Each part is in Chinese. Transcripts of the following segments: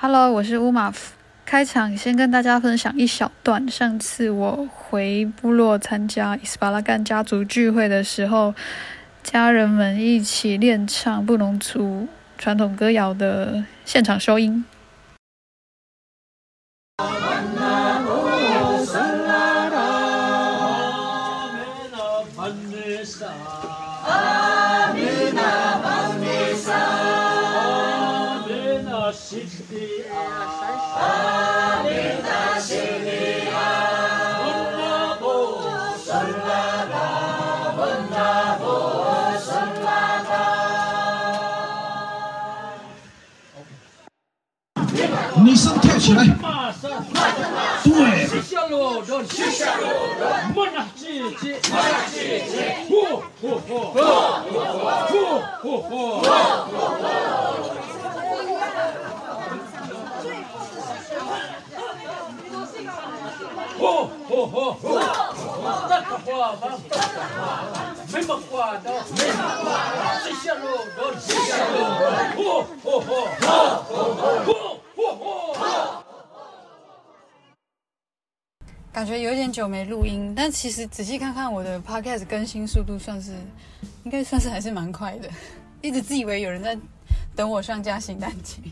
Hello， 我是乌马夫。开场先跟大家分享一小段，上次我回部落参加伊斯巴拉干家族聚会的时候，家人们一起练唱布农族传统歌谣的现场收音。 女生跳起来，对。 感觉有点久没录音，但其实仔细看看我的 podcast 更新速度应该算是还是蛮快的，一直自以为有人在等我上架新单集。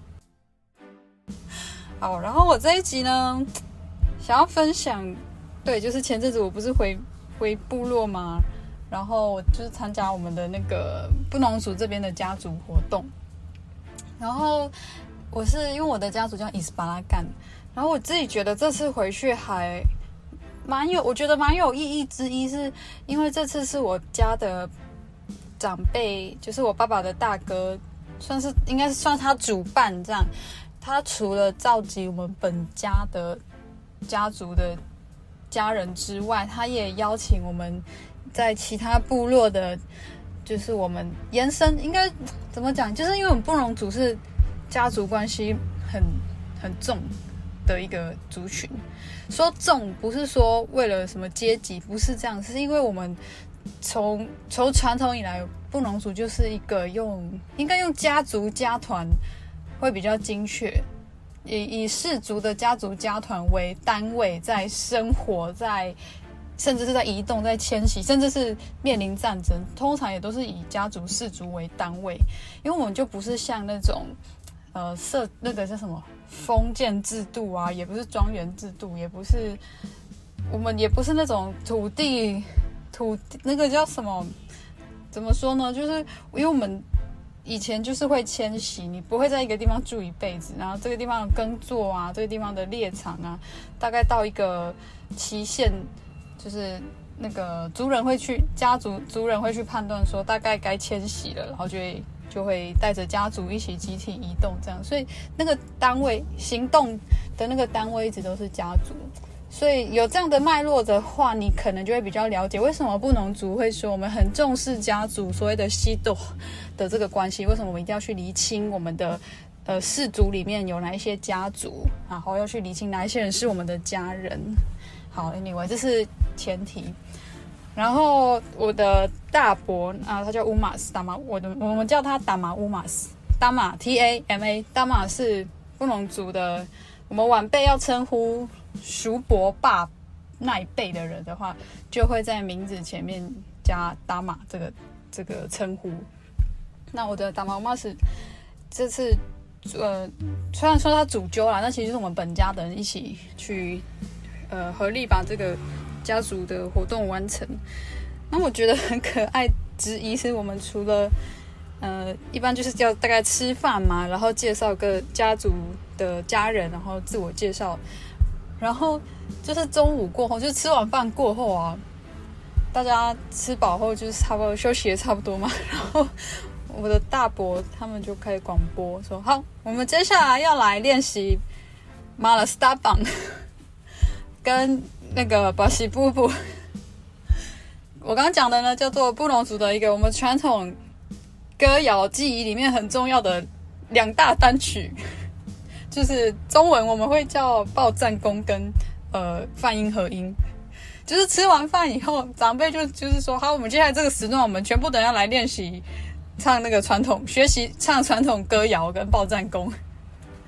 好，然后我这一集呢，想要分享，对，就是前阵子我不是回部落嘛，然后我就是参加我们的那个布农族这边的家族活动，然后我是因为我的家族叫伊斯巴拉干。然后我自己觉得这次回去还我觉得蛮有意义之一，是因为这次是我家的长辈，就是我爸爸的大哥，应该是算他主办这样。他除了召集我们本家的家族的家人之外，他也邀请我们在其他部落的，就是我们延伸，应该怎么讲？就是因为我们布农族是家族关系很重的一个族群，说重不是说为了什么阶级，不是这样，是因为我们从传统以来，布农族就是一个应该用家族家团会比较精确，以氏族的家族家团为单位在生活，甚至是在移动，在迁徙，甚至是面临战争，通常也都是以家族氏族为单位，因为我们就不是像那种那个叫什么封建制度啊，也不是庄园制度，我们也不是那种土地那个叫什么，怎么说呢，就是因为我们以前就是会迁徙，你不会在一个地方住一辈子，然后这个地方的耕作啊，这个地方的猎场啊，大概到一个期限，就是那个家族族人会去判断说大概该迁徙了，然后就会带着家族一起集体移动这样，所以那个单位行动的那个单位一直都是家族，所以有这样的脉络的话，你可能就会比较了解为什么布农族会说我们很重视家族所谓的西斗的这个关系，为什么我们一定要去厘清我们的氏族里面有哪一些家族，然后要去厘清哪一些人是我们的家人。好 anyway 这是前提。然后我的大伯他叫乌马斯达玛，我们叫他达玛乌马斯，达玛 TAMA， 达玛是布农族的，我们晚辈要称呼叔伯爸那一辈的人的话，就会在名字前面加达玛这个称呼。那我的达玛乌马斯这次虽然说他主揪啦，但其实是我们本家的人一起去合力把这个家族的活动完成。那我觉得很可爱之一是我们除了一般就是叫大概吃饭嘛，然后介绍个家族的家人，然后自我介绍，然后就是中午过后，就是吃完饭过后啊，大家吃饱后就是差不多休息也差不多嘛，然后我的大伯他们就开始广播说，好，我们接下来要来练习马拉斯达邦跟那个巴西布布。我刚刚讲的呢叫做布农族的一个我们传统歌谣记忆里面很重要的2大单曲，就是中文我们会叫报战功跟泛音合音。就是吃完饭以后，长辈就是说，好，我们接下来这个时段，我们全部的人要来练习唱那个学习唱传统歌谣跟报战功。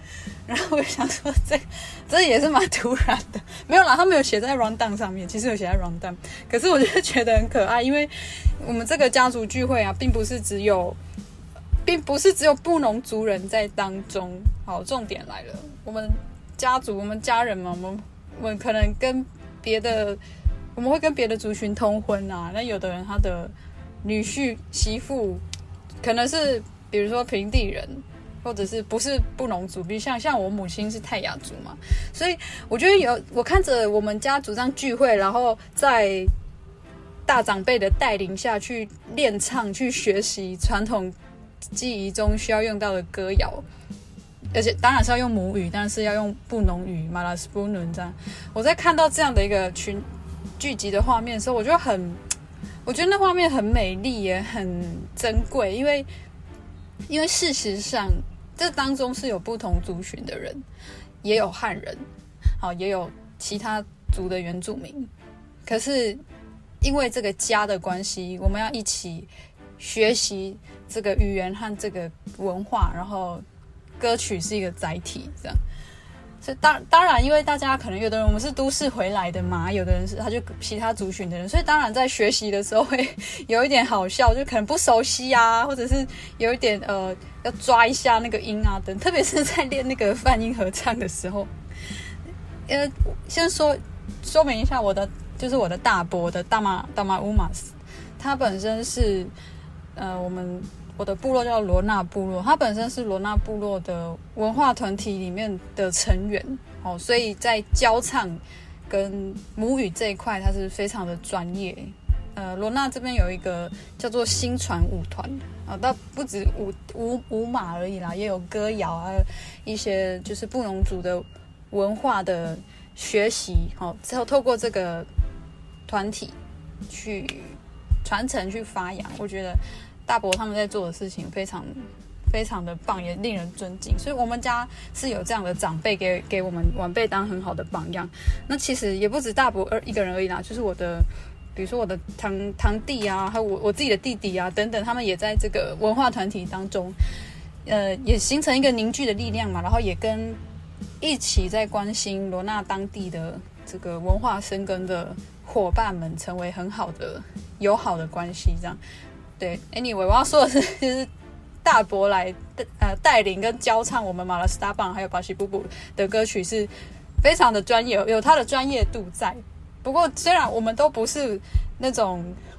然后我想说这也是蛮突然的，没有啦，他没有写在 rundown 上面，其实有写在 rundown， 可是我就觉得很可爱，因为我们这个家族聚会啊，并不是只有布农族人在当中。好，重点来了，我们家族、我们家人嘛，我们可能我们会跟别的族群通婚啊。那有的人他的女婿、媳妇可能是比如说平地人，或者是不是布农族，比如像我母亲是泰雅族嘛，所以我觉得我看着我们家族这样聚会，然后在大长辈的带领下去练唱，去学习传统记忆中需要用到的歌谣，而且当然是要用母语，但是要用布农语马拉斯布伦这样。我在看到这样的一个聚集的画面的时候，我觉得那画面很美丽也很珍贵，因为事实上这当中是有不同族群的人，也有汉人，好，也有其他族的原住民，可是因为这个家的关系，我们要一起学习这个语言和这个文化，然后歌曲是一个载体，这样。所以当然，因为大家可能有的人我们是都市回来的嘛，有的人是他就其他族群的人，所以当然在学习的时候会有一点好笑，就可能不熟悉啊，或者是有一点要抓一下那个音啊等，特别是在练那个泛音合唱的时候。先说明一下我的大伯的大马乌马斯，他本身是我的部落叫罗纳部落，他本身是罗纳部落的文化团体里面的成员，所以在教唱跟母语这一块他是非常的专业。罗纳这边有一个叫做新传舞团啊，倒不止舞马而已啦，也有歌谣啊，一些就是布农族的文化的学习，之后透过这个团体去传承去发扬，我觉得大伯他们在做的事情非常非常的棒，也令人尊敬，所以我们家是有这样的长辈给我们晚辈当很好的榜样。那其实也不止大伯一个人而已啦，就是比如说我的堂弟啊，还有我自己的弟弟啊等等，他们也在这个文化团体当中，也形成一个凝聚的力量嘛，然后也跟一起在关心罗纳当地的这个文化生根的伙伴们成为很好的友好的关系，这样。对 ，anyway， 我要说的是，就是大伯来带领跟教唱我们马拉斯达棒还有巴西布布的歌曲是非常的专业，有他的专业度在。不过虽然我们都不是那种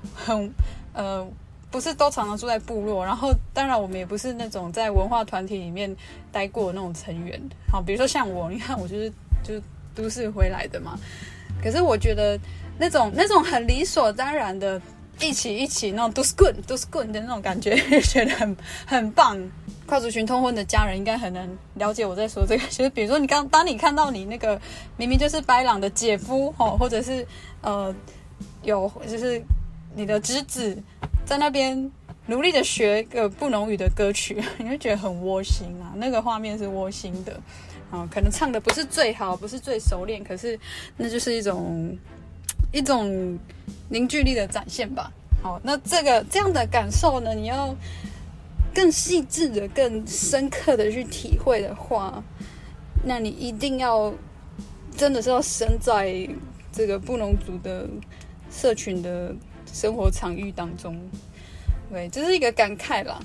不是都常常住在部落，然后当然我们也不是那种在文化团体里面待过的那种成员。好，比如说像我，你看我就是都市回来的嘛。可是我觉得那种很理所当然的一起那种 do good 的那种感觉，觉得很棒。跨族群通婚的家人应该很能了解我在说这个，就是比如说当你看到你那个明明就是白朗的姐夫或者是就是你的侄子在那边努力的学个布农语的歌曲，你会觉得很窝心啊，那个画面是窝心的。可能唱的不是最好，不是最熟练，可是那就是一种凝聚力的展现吧。好，那这样的感受呢，你要更细致的、更深刻的去体会的话，那你一定要真的是要身在这个布农族的社群的生活场域当中。对，这是一个感慨啦。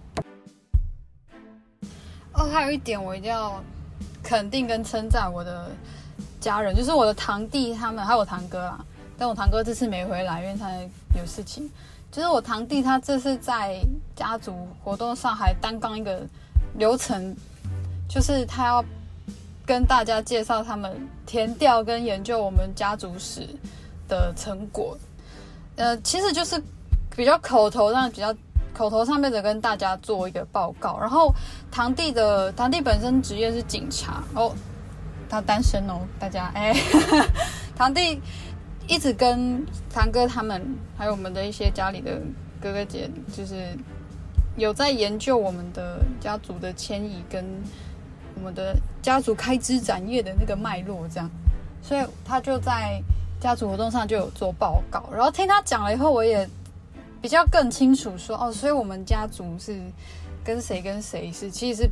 还有一点我一定要肯定跟称赞我的家人，就是我的堂弟他们还有我堂哥啦。但我堂哥这次没回来，因为他有事情。就是我堂弟他这次在家族活动上还担纲一个流程，就是他要跟大家介绍他们田调跟研究我们家族史的成果。其实就是比较口头上面的跟大家做一个报告。然后堂弟本身职业是警察他单身大家堂弟一直跟堂哥他们还有我们的一些家里的哥哥姐，就是有在研究我们的家族的迁移跟我们的家族开枝展叶的那个脉络这样，所以他就在家族活动上就有做报告。然后听他讲了以后，我也比较更清楚说所以我们家族是跟谁是其实是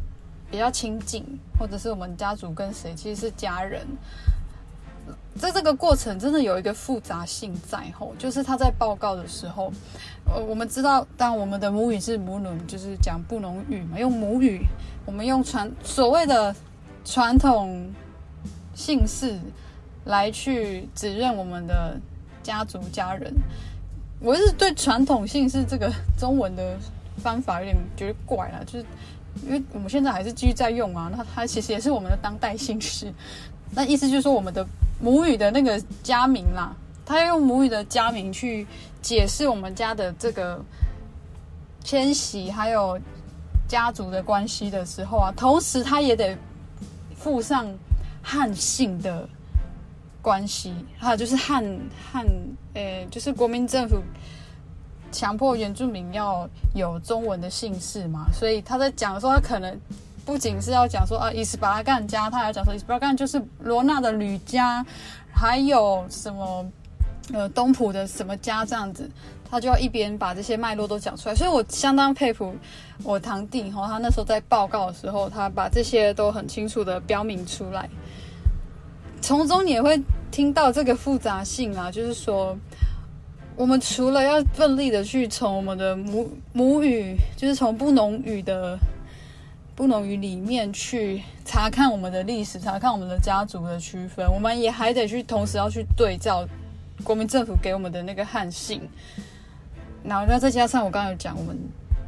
比较亲近，或者是我们家族跟谁其实是家人。在这个过程真的有一个复杂性在吼，就是他在报告的时候，我们知道，当然我们的母语是母语，就是讲布农语嘛，用母语，我们用所谓的传统姓氏来去指认我们的家族家人。我是对传统姓氏这个中文的方法有点觉得怪啦，就是因为我们现在还是继续在用啊，那它其实也是我们的当代姓氏。那意思就是说，我们的母语的那个家名啦，他要用母语的家名去解释我们家的这个迁徙还有家族的关系的时候啊，同时他也得附上汉姓的关系，还有就是就是国民政府强迫原住民要有中文的姓氏嘛，所以他在讲的时候，他可能不仅是要讲说伊斯巴拉干家，他还要讲说伊斯巴拉干就是罗纳的吕家，还有什么东埔的什么家这样子，他就要一边把这些脉络都讲出来。所以我相当佩服我堂弟他那时候在报告的时候，他把这些都很清楚的标明出来，从中你也会听到这个复杂性啦，就是说我们除了要奋力的去从我们的母语，就是从布农语里面去查看我们的历史，查看我们的家族的区分，我们也还得去同时要去对照国民政府给我们的那个汉姓，然后再加上我刚才有讲我们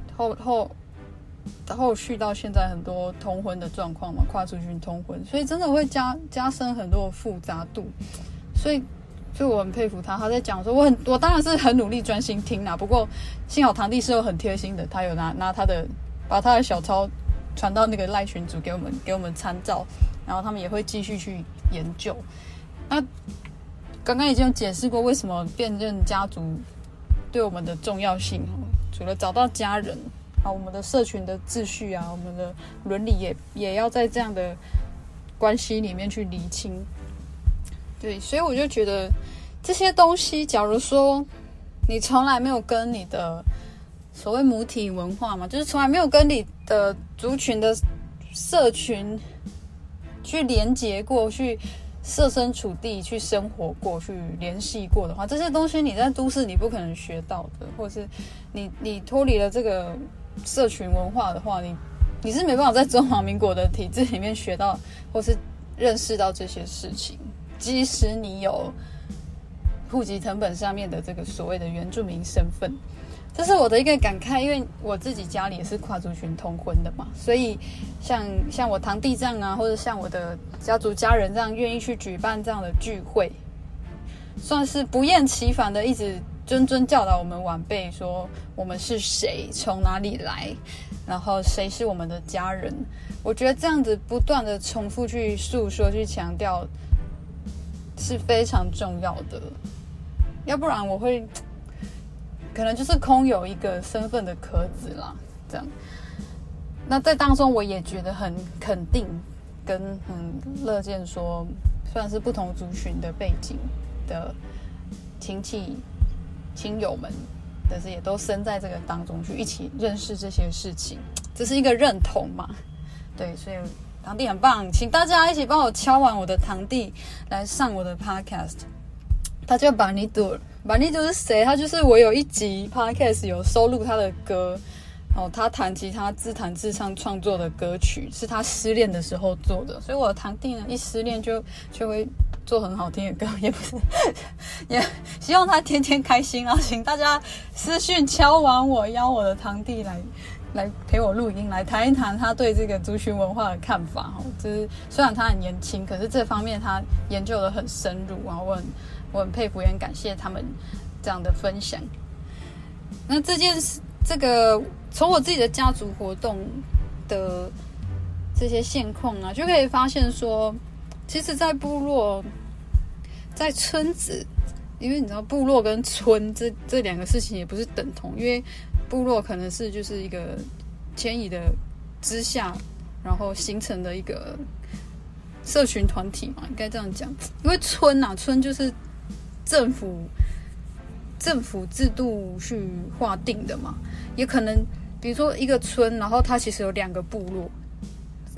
后续到现在很多通婚的状况嘛，跨族群通婚，所以真的会加深很多的复杂度，所以我很佩服他在讲说，我当然是很努力专心听啦，不过幸好堂弟是有很贴心的，他有拿把他的小抄传到那个赖群组给我们参照，然后他们也会继续去研究。那刚刚已经有解释过为什么辨认家族对我们的重要性，除了找到家人我们的社群的秩序啊，我们的伦理也要在这样的关系里面去厘清。对，所以我就觉得这些东西，假如说你从来没有跟你的所谓母体文化嘛，就是从来没有跟你的族群的社群去连结过，去设身处地去生活过，去联系过的话，这些东西你在都市你不可能学到的，或者是你脱离了这个社群文化的话，你是没办法在中华民国的体制里面学到或是认识到这些事情，即使你有户籍誊本上面的这个所谓的原住民身份。这是我的一个感慨，因为我自己家里也是跨族群通婚的嘛，所以像我堂弟这样啊，或者像我的家族家人这样愿意去举办这样的聚会，算是不厌其烦的一直谆教导我们晚辈说我们是谁，从哪里来，然后谁是我们的家人。我觉得这样子不断的重复去诉说去强调是非常重要的，要不然我会可能就是空有一个身份的壳子啦，这样。那在当中我也觉得很肯定跟很乐见说，虽然是不同族群的背景的亲戚亲友们，但是也都身在这个当中去一起认识这些事情，这是一个认同嘛。对，所以堂弟很棒，请大家一起帮我敲完我的堂弟来上我的 podcast。他叫巴尼杜是谁？他就是我有一集 podcast 有收录他的歌，他弹吉他自弹自唱创作的歌曲，是他失恋的时候做的。所以我的堂弟呢，一失恋就会做很好听的歌，也不是，也希望他天天开心啊！请大家私讯敲完我，邀我的堂弟来陪我录音，来谈一谈他对这个族群文化的看法。就是虽然他很年轻，可是这方面他研究得很深入，然后我很佩服，也很感谢他们这样的分享。那这个从我自己的家族活动的这些现况啊，就可以发现说，其实在部落，在村子，因为你知道部落跟村这两个事情也不是等同，因为部落可能是就是一个迁移的之下，然后形成的一个社群团体嘛，应该这样讲。因为村就是政府制度去划定的嘛，也可能比如说一个村，然后它其实有2个部落，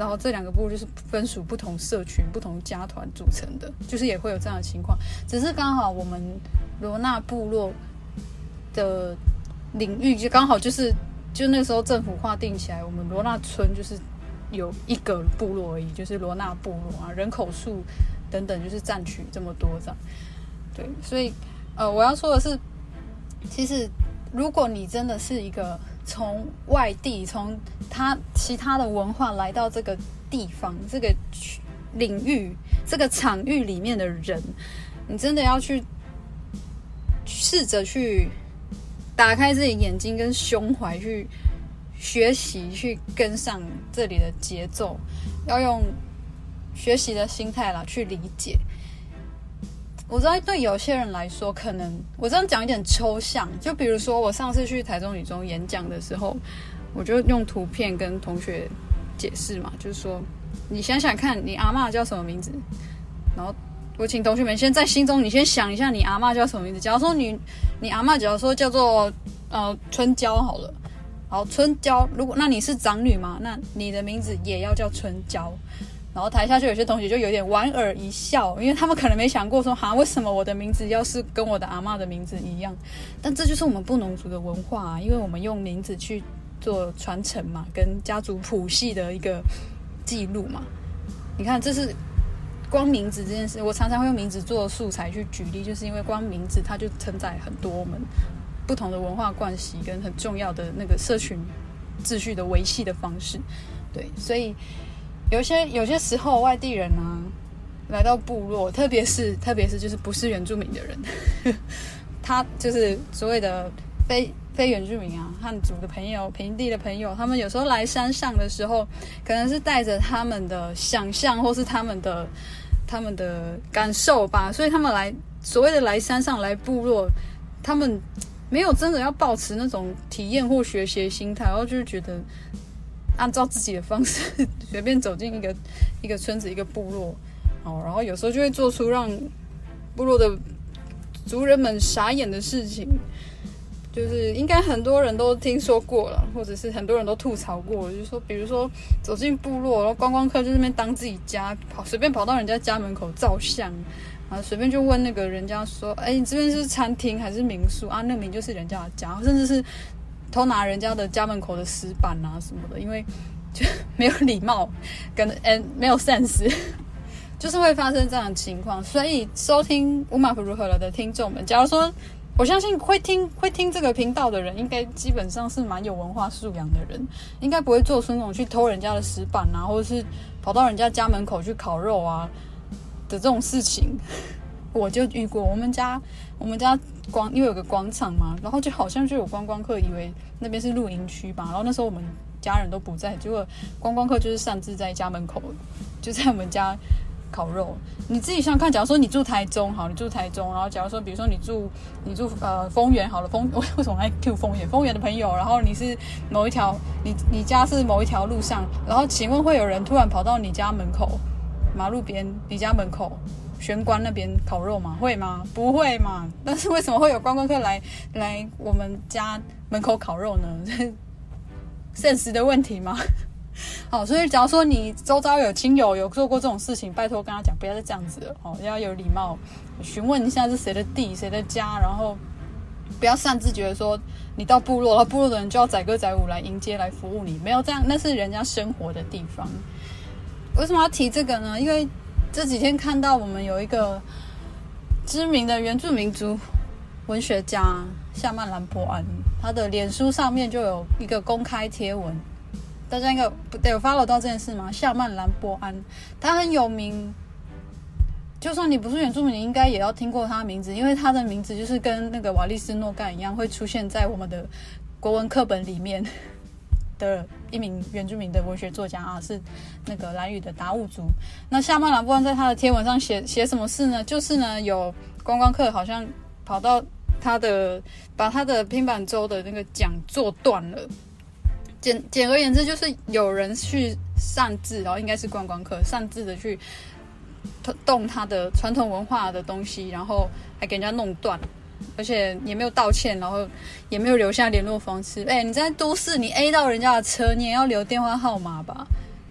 然后这2个部落就是分属不同社群、不同家团组成的，就是也会有这样的情况。只是刚好我们罗纳部落的领域就刚好就那个时候政府划定起来，我们罗纳村就是有1个部落而已，就是罗纳部落啊，人口数等等就是占取这么多这样。对，所以我要说的是，其实如果你真的是一个从外地从其他的文化来到这个地方这个领域这个场域里面的人，你真的要去试着去打开自己眼睛跟胸怀，去学习，去跟上这里的节奏，要用学习的心态啦去理解。我知道对有些人来说，可能我这样讲有点抽象，就比如说我上次去台中女中演讲的时候，我就用图片跟同学解释嘛，就是说你想想看你阿嬷叫什么名字，然后我请同学们先在心中你先想一下你阿嬷叫什么名字。假如说你阿嬷假如说叫做春娇好了，好，春娇，如果那你是长女嘛，那你的名字也要叫春娇。然后台下就有些同学就有点莞尔一笑，因为他们可能没想过说为什么我的名字要是跟我的阿嬷的名字一样。但这就是我们布农族的文化啊，因为我们用名字去做传承嘛，跟家族谱系的一个记录嘛。你看，这是光名字这件事，我常常会用名字做素材去举例，就是因为光名字它就承载很多我们不同的文化惯习跟很重要的那个社群秩序的维系的方式。对，所以有些时候外地人啊来到部落，特别是就是不是原住民的人他就是所谓的非原住民啊，汉族的朋友、平地的朋友，他们有时候来山上的时候，可能是带着他们的想象或是他们的感受吧，所以他们所谓的来山上来部落，他们没有真的要抱持那种体验或学习的心态，然后就是觉得按照自己的方式随便走进一个村子一个部落，然后有时候就会做出让部落的族人们傻眼的事情，就是应该很多人都听说过了，或者是很多人都吐槽过，就是说比如说走进部落，然后观光客就在那边当自己家，随便跑到人家家门口照相，随便就问那个人家说你这边是餐厅还是民宿啊？那明就是人家的家，甚至是偷拿人家的家门口的石板啊什么的，因为就没有礼貌跟没有 sense 就是会发生这样的情况。所以收听乌马普如何了的听众们，假如说我相信会听这个频道的人，应该基本上是蛮有文化素养的人，应该不会做出那种去偷人家的石板啊，或者是跑到人家家门口去烤肉啊的这种事情。我就遇过，我们家因为有个广场嘛，然后就好像就有观光客以为那边是露营区吧，然后那时候我们家人都不在，结果观光客就是擅自在家门口就在我们家烤肉。你自己想想看，假如说你住台中好，然后假如说比如说你住丰原好了，为什么爱 Q 丰原的朋友，然后你是某一条你家是某一条路上，然后请问会有人突然跑到你家门口马路边你家门口玄关那边烤肉吗？会吗？不会嘛。但是为什么会有观光客来我们家门口烤肉呢？现实的问题吗？好，所以假如说你周遭有亲友有做过这种事情，拜托跟他讲不要再这样子了，要有礼貌，询问一下是谁的地谁的家，然后不要擅自觉得说你到部落，然后部落的人就要载歌载舞来迎接来服务你，没有这样，那是人家生活的地方。为什么要提这个呢？因为这几天看到我们有一个知名的原住民族文学家夏曼兰波安，他的脸书上面就有一个公开贴文，大家应该有 follow 到这件事吗？夏曼兰波安他很有名，就算你不是原住民，你应该也要听过他的名字，因为他的名字就是跟那个瓦利斯诺干一样，会出现在我们的国文课本里面的一名原住民的文学作家啊，是那个兰屿的达悟族。那夏曼兰波安在他的贴文上写什么事呢？就是呢，有观光客好像跑到把他的拼板舟的那个桨做断了。简而言之，就是有人去擅自，然后应该是观光客擅自的去动他的传统文化的东西，然后还给人家弄断，而且也没有道歉，然后也没有留下联络方式。你在都市你 A 到人家的车，你也要留电话号码吧？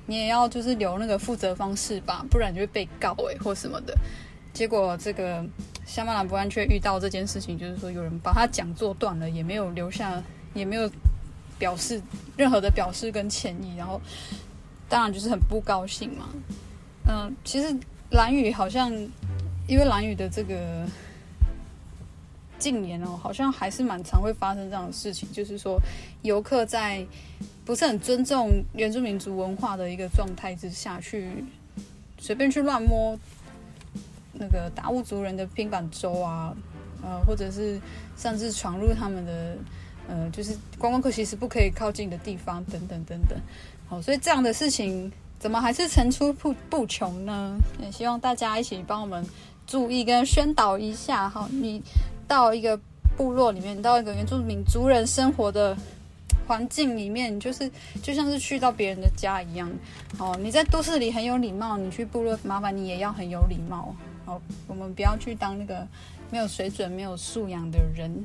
你也要就是留那个负责方式吧，不然就会被告或什么的。结果这个夏曼兰博安却遇到这件事情，就是说有人把他讲座断了，也没有留下，也没有表示任何的表示跟歉意，然后当然就是很不高兴嘛。其实兰屿好像因为兰屿的这个近年好像还是蛮常会发生这样的事情，就是说游客在不是很尊重原住民族文化的一个状态之下，去随便去乱摸那个达悟族人的拼板舟啊，或者是擅自闯入他们的就是观光客其实不可以靠近的地方等等等等。好，所以这样的事情怎么还是层出不穷呢？也希望大家一起帮我们注意跟宣导一下。好，你到一个部落里面，你到一个原住民族人生活的环境里面，就像是去到别人的家一样。好，你在都市里很有礼貌，你去部落麻烦你也要很有礼貌。好，我们不要去当那个没有水准、没有素养的人。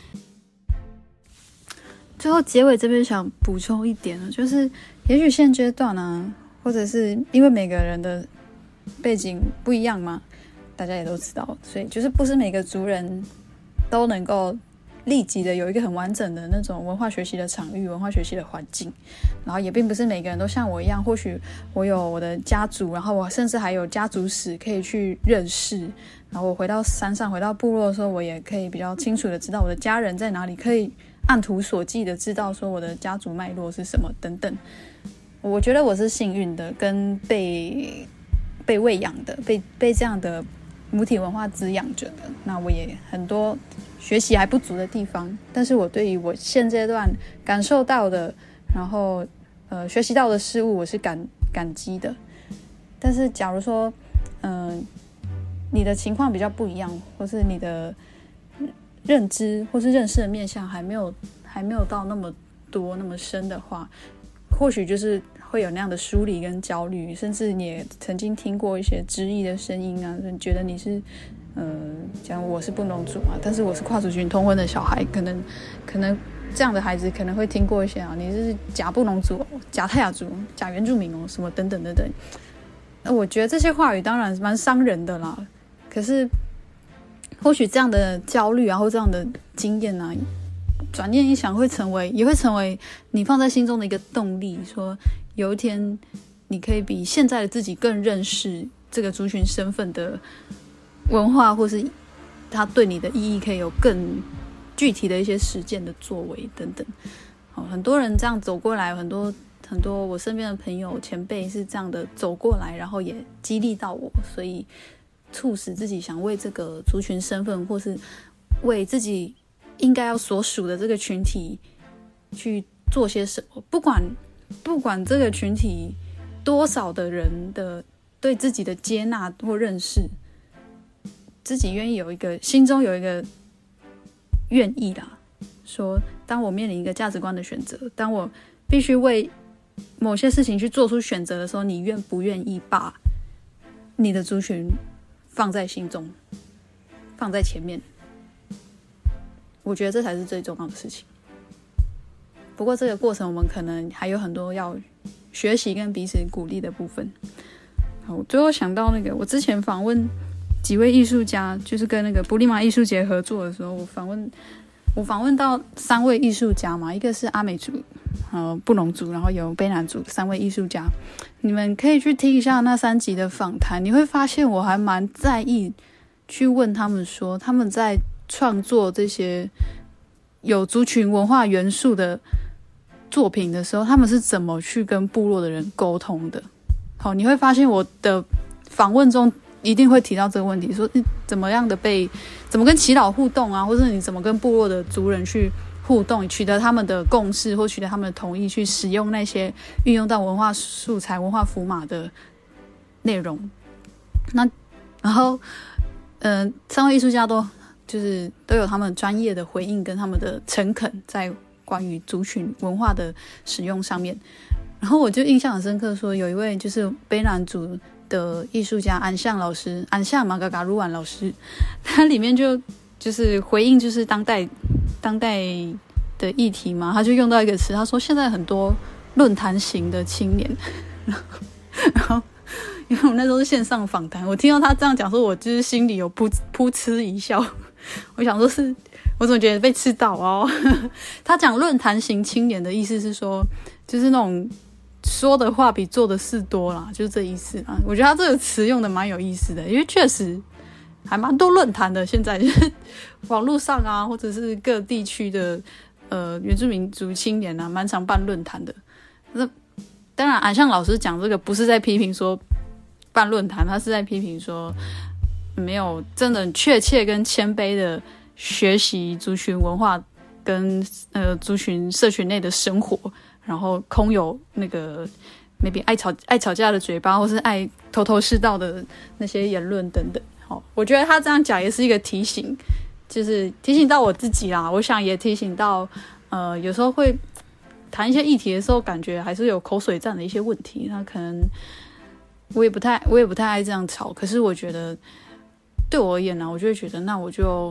最后结尾这边想补充一点，就是也许现阶段啊，或者是因为每个人的背景不一样嘛，大家也都知道，所以就是不是每个族人都能够立即的有一个很完整的那种文化学习的场域、文化学习的环境，然后也并不是每个人都像我一样，或许我有我的家族，然后我甚至还有家族史可以去认识，然后我回到山上、回到部落的时候，我也可以比较清楚的知道我的家人在哪里，可以按图索骥的知道说我的家族脉络是什么等等。我觉得我是幸运的，跟被喂养的，被这样的母体文化滋养着的。那我也很多学习还不足的地方，但是我对于我现阶段感受到的，然后学习到的事物，我是感激的。但是假如说你的情况比较不一样，或是你的认知或是认识的面向还没有到那么多那么深的话，或许就是会有那样的疏离跟焦虑，甚至你也曾经听过一些质疑的声音啊，觉得你是讲我是布农族嘛，但是我是跨族群通婚的小孩，可能这样的孩子可能会听过一些啊，你是假布农族、假泰雅族、假原住民什么等等等等。我觉得这些话语当然蛮伤人的啦，可是或许这样的焦虑啊，或这样的经验啊，转念一想也会成为你放在心中的一个动力，说有一天你可以比现在的自己更认识这个族群身份的文化，或是它对你的意义可以有更具体的一些实践的作为等等。很多人这样走过来，很多我身边的朋友前辈是这样的走过来，然后也激励到我，所以促使自己想为这个族群身份，或是为自己应该要所属的这个群体去做些什么。不管这个群体多少的人的对自己的接纳或认识，自己愿意心中有一个愿意啦，说当我面临一个价值观的选择，当我必须为某些事情去做出选择的时候，你愿不愿意把你的族群放在心中，放在前面？我觉得这才是最重要的事情。不过这个过程我们可能还有很多要学习跟彼此鼓励的部分。好，我最后想到我之前访问几位艺术家，就是跟那个布利马艺术节合作的时候，我访问到3位艺术家嘛，一个是阿美族、布农族，然后有卑南族3位艺术家。你们可以去听一下那3集的访谈，你会发现我还蛮在意去问他们说，他们在创作这些有族群文化元素的作品的时候，他们是怎么去跟部落的人沟通的。好，你会发现我的访问中一定会提到这个问题，说你怎么跟耆老互动啊，或者你怎么跟部落的族人去互动，取得他们的共识或取得他们的同意，去使用那些运用到文化素材、文化符码的内容。然后3位艺术家都有他们专业的回应跟他们的诚恳在关于族群文化的使用上面。然后我就印象很深刻，说有一位就是卑南族的艺术家安相老师，安相马嘎嘎鲁晚老师，他里面就是回应就是当代的议题嘛，他就用到一个词，他说现在很多论坛型的青年， 然后因为我那时候是线上访谈，我听到他这样讲说，我就是心里有噗嗤一笑。我想说是，我怎么觉得被吃到哦？他讲论坛型青年的意思是说，就是那种说的话比做的事多啦，就是这意思啊。我觉得他这个词用的蛮有意思的，因为确实还蛮多论坛的，现在就是网络上啊，或者是各地区的原住民族青年啊，蛮常办论坛的。那当然，像老师讲这个，不是在批评说办论坛，他是在批评说没有真的确切跟谦卑的学习族群文化跟族群社群内的生活，然后空有那个 maybe 爱吵架的嘴巴，或是爱头头是道的那些言论等等。好，我觉得他这样讲也是一个提醒，就是提醒到我自己啦。我想也提醒到有时候会谈一些议题的时候，感觉还是有口水战的一些问题。那可能我也不太爱这样吵，可是我觉得对我而言呢，我就会觉得那我就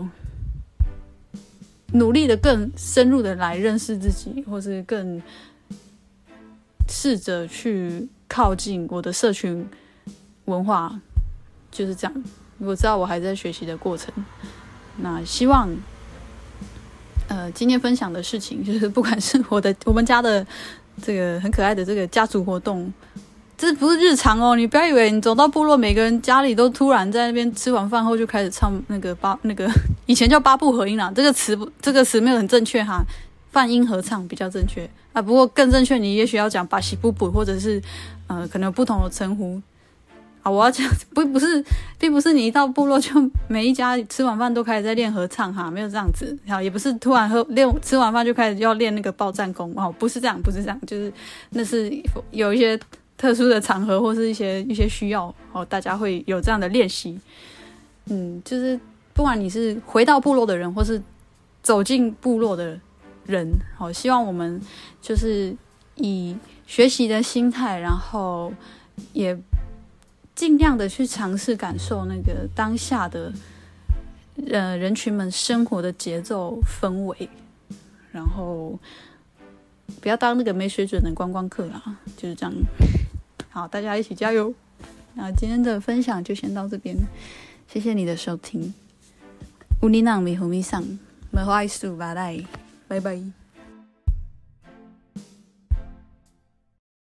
努力的更深入的来认识自己，或是更试着去靠近我的社群文化，就是这样。我知道我还在学习的过程，那希望今天分享的事情，就是不管是我们家的这个很可爱的这个家族活动，这不是日常哦，你不要以为你走到部落，每个人家里都突然在那边吃完饭后就开始唱那个以前叫八部合音啦，这个词没有很正确哈，泛音合唱比较正确啊，不过更正确，你也许要讲巴西布布，或者是可能有不同的称呼啊。我要讲并不是你一到部落就每一家吃完饭都开始在练合唱哈，没有这样子，好，也不是突然吃完饭就开始要练那个报战功哦，不是这样，就是那是有一些特殊的场合或是一些需要哦，大家会有这样的练习。就是不管你是回到部落的人，或是走进部落的人，好，希望我们就是以学习的心态，然后也尽量的去尝试感受那个当下的人群们生活的节奏氛围，然后不要当那个没水准的观光客啦，就是这样。好，大家一起加油。那今天的分享就先到这边，谢谢你的收听。乌尼朗米胡米桑，梅花艺术巴赖，拜拜。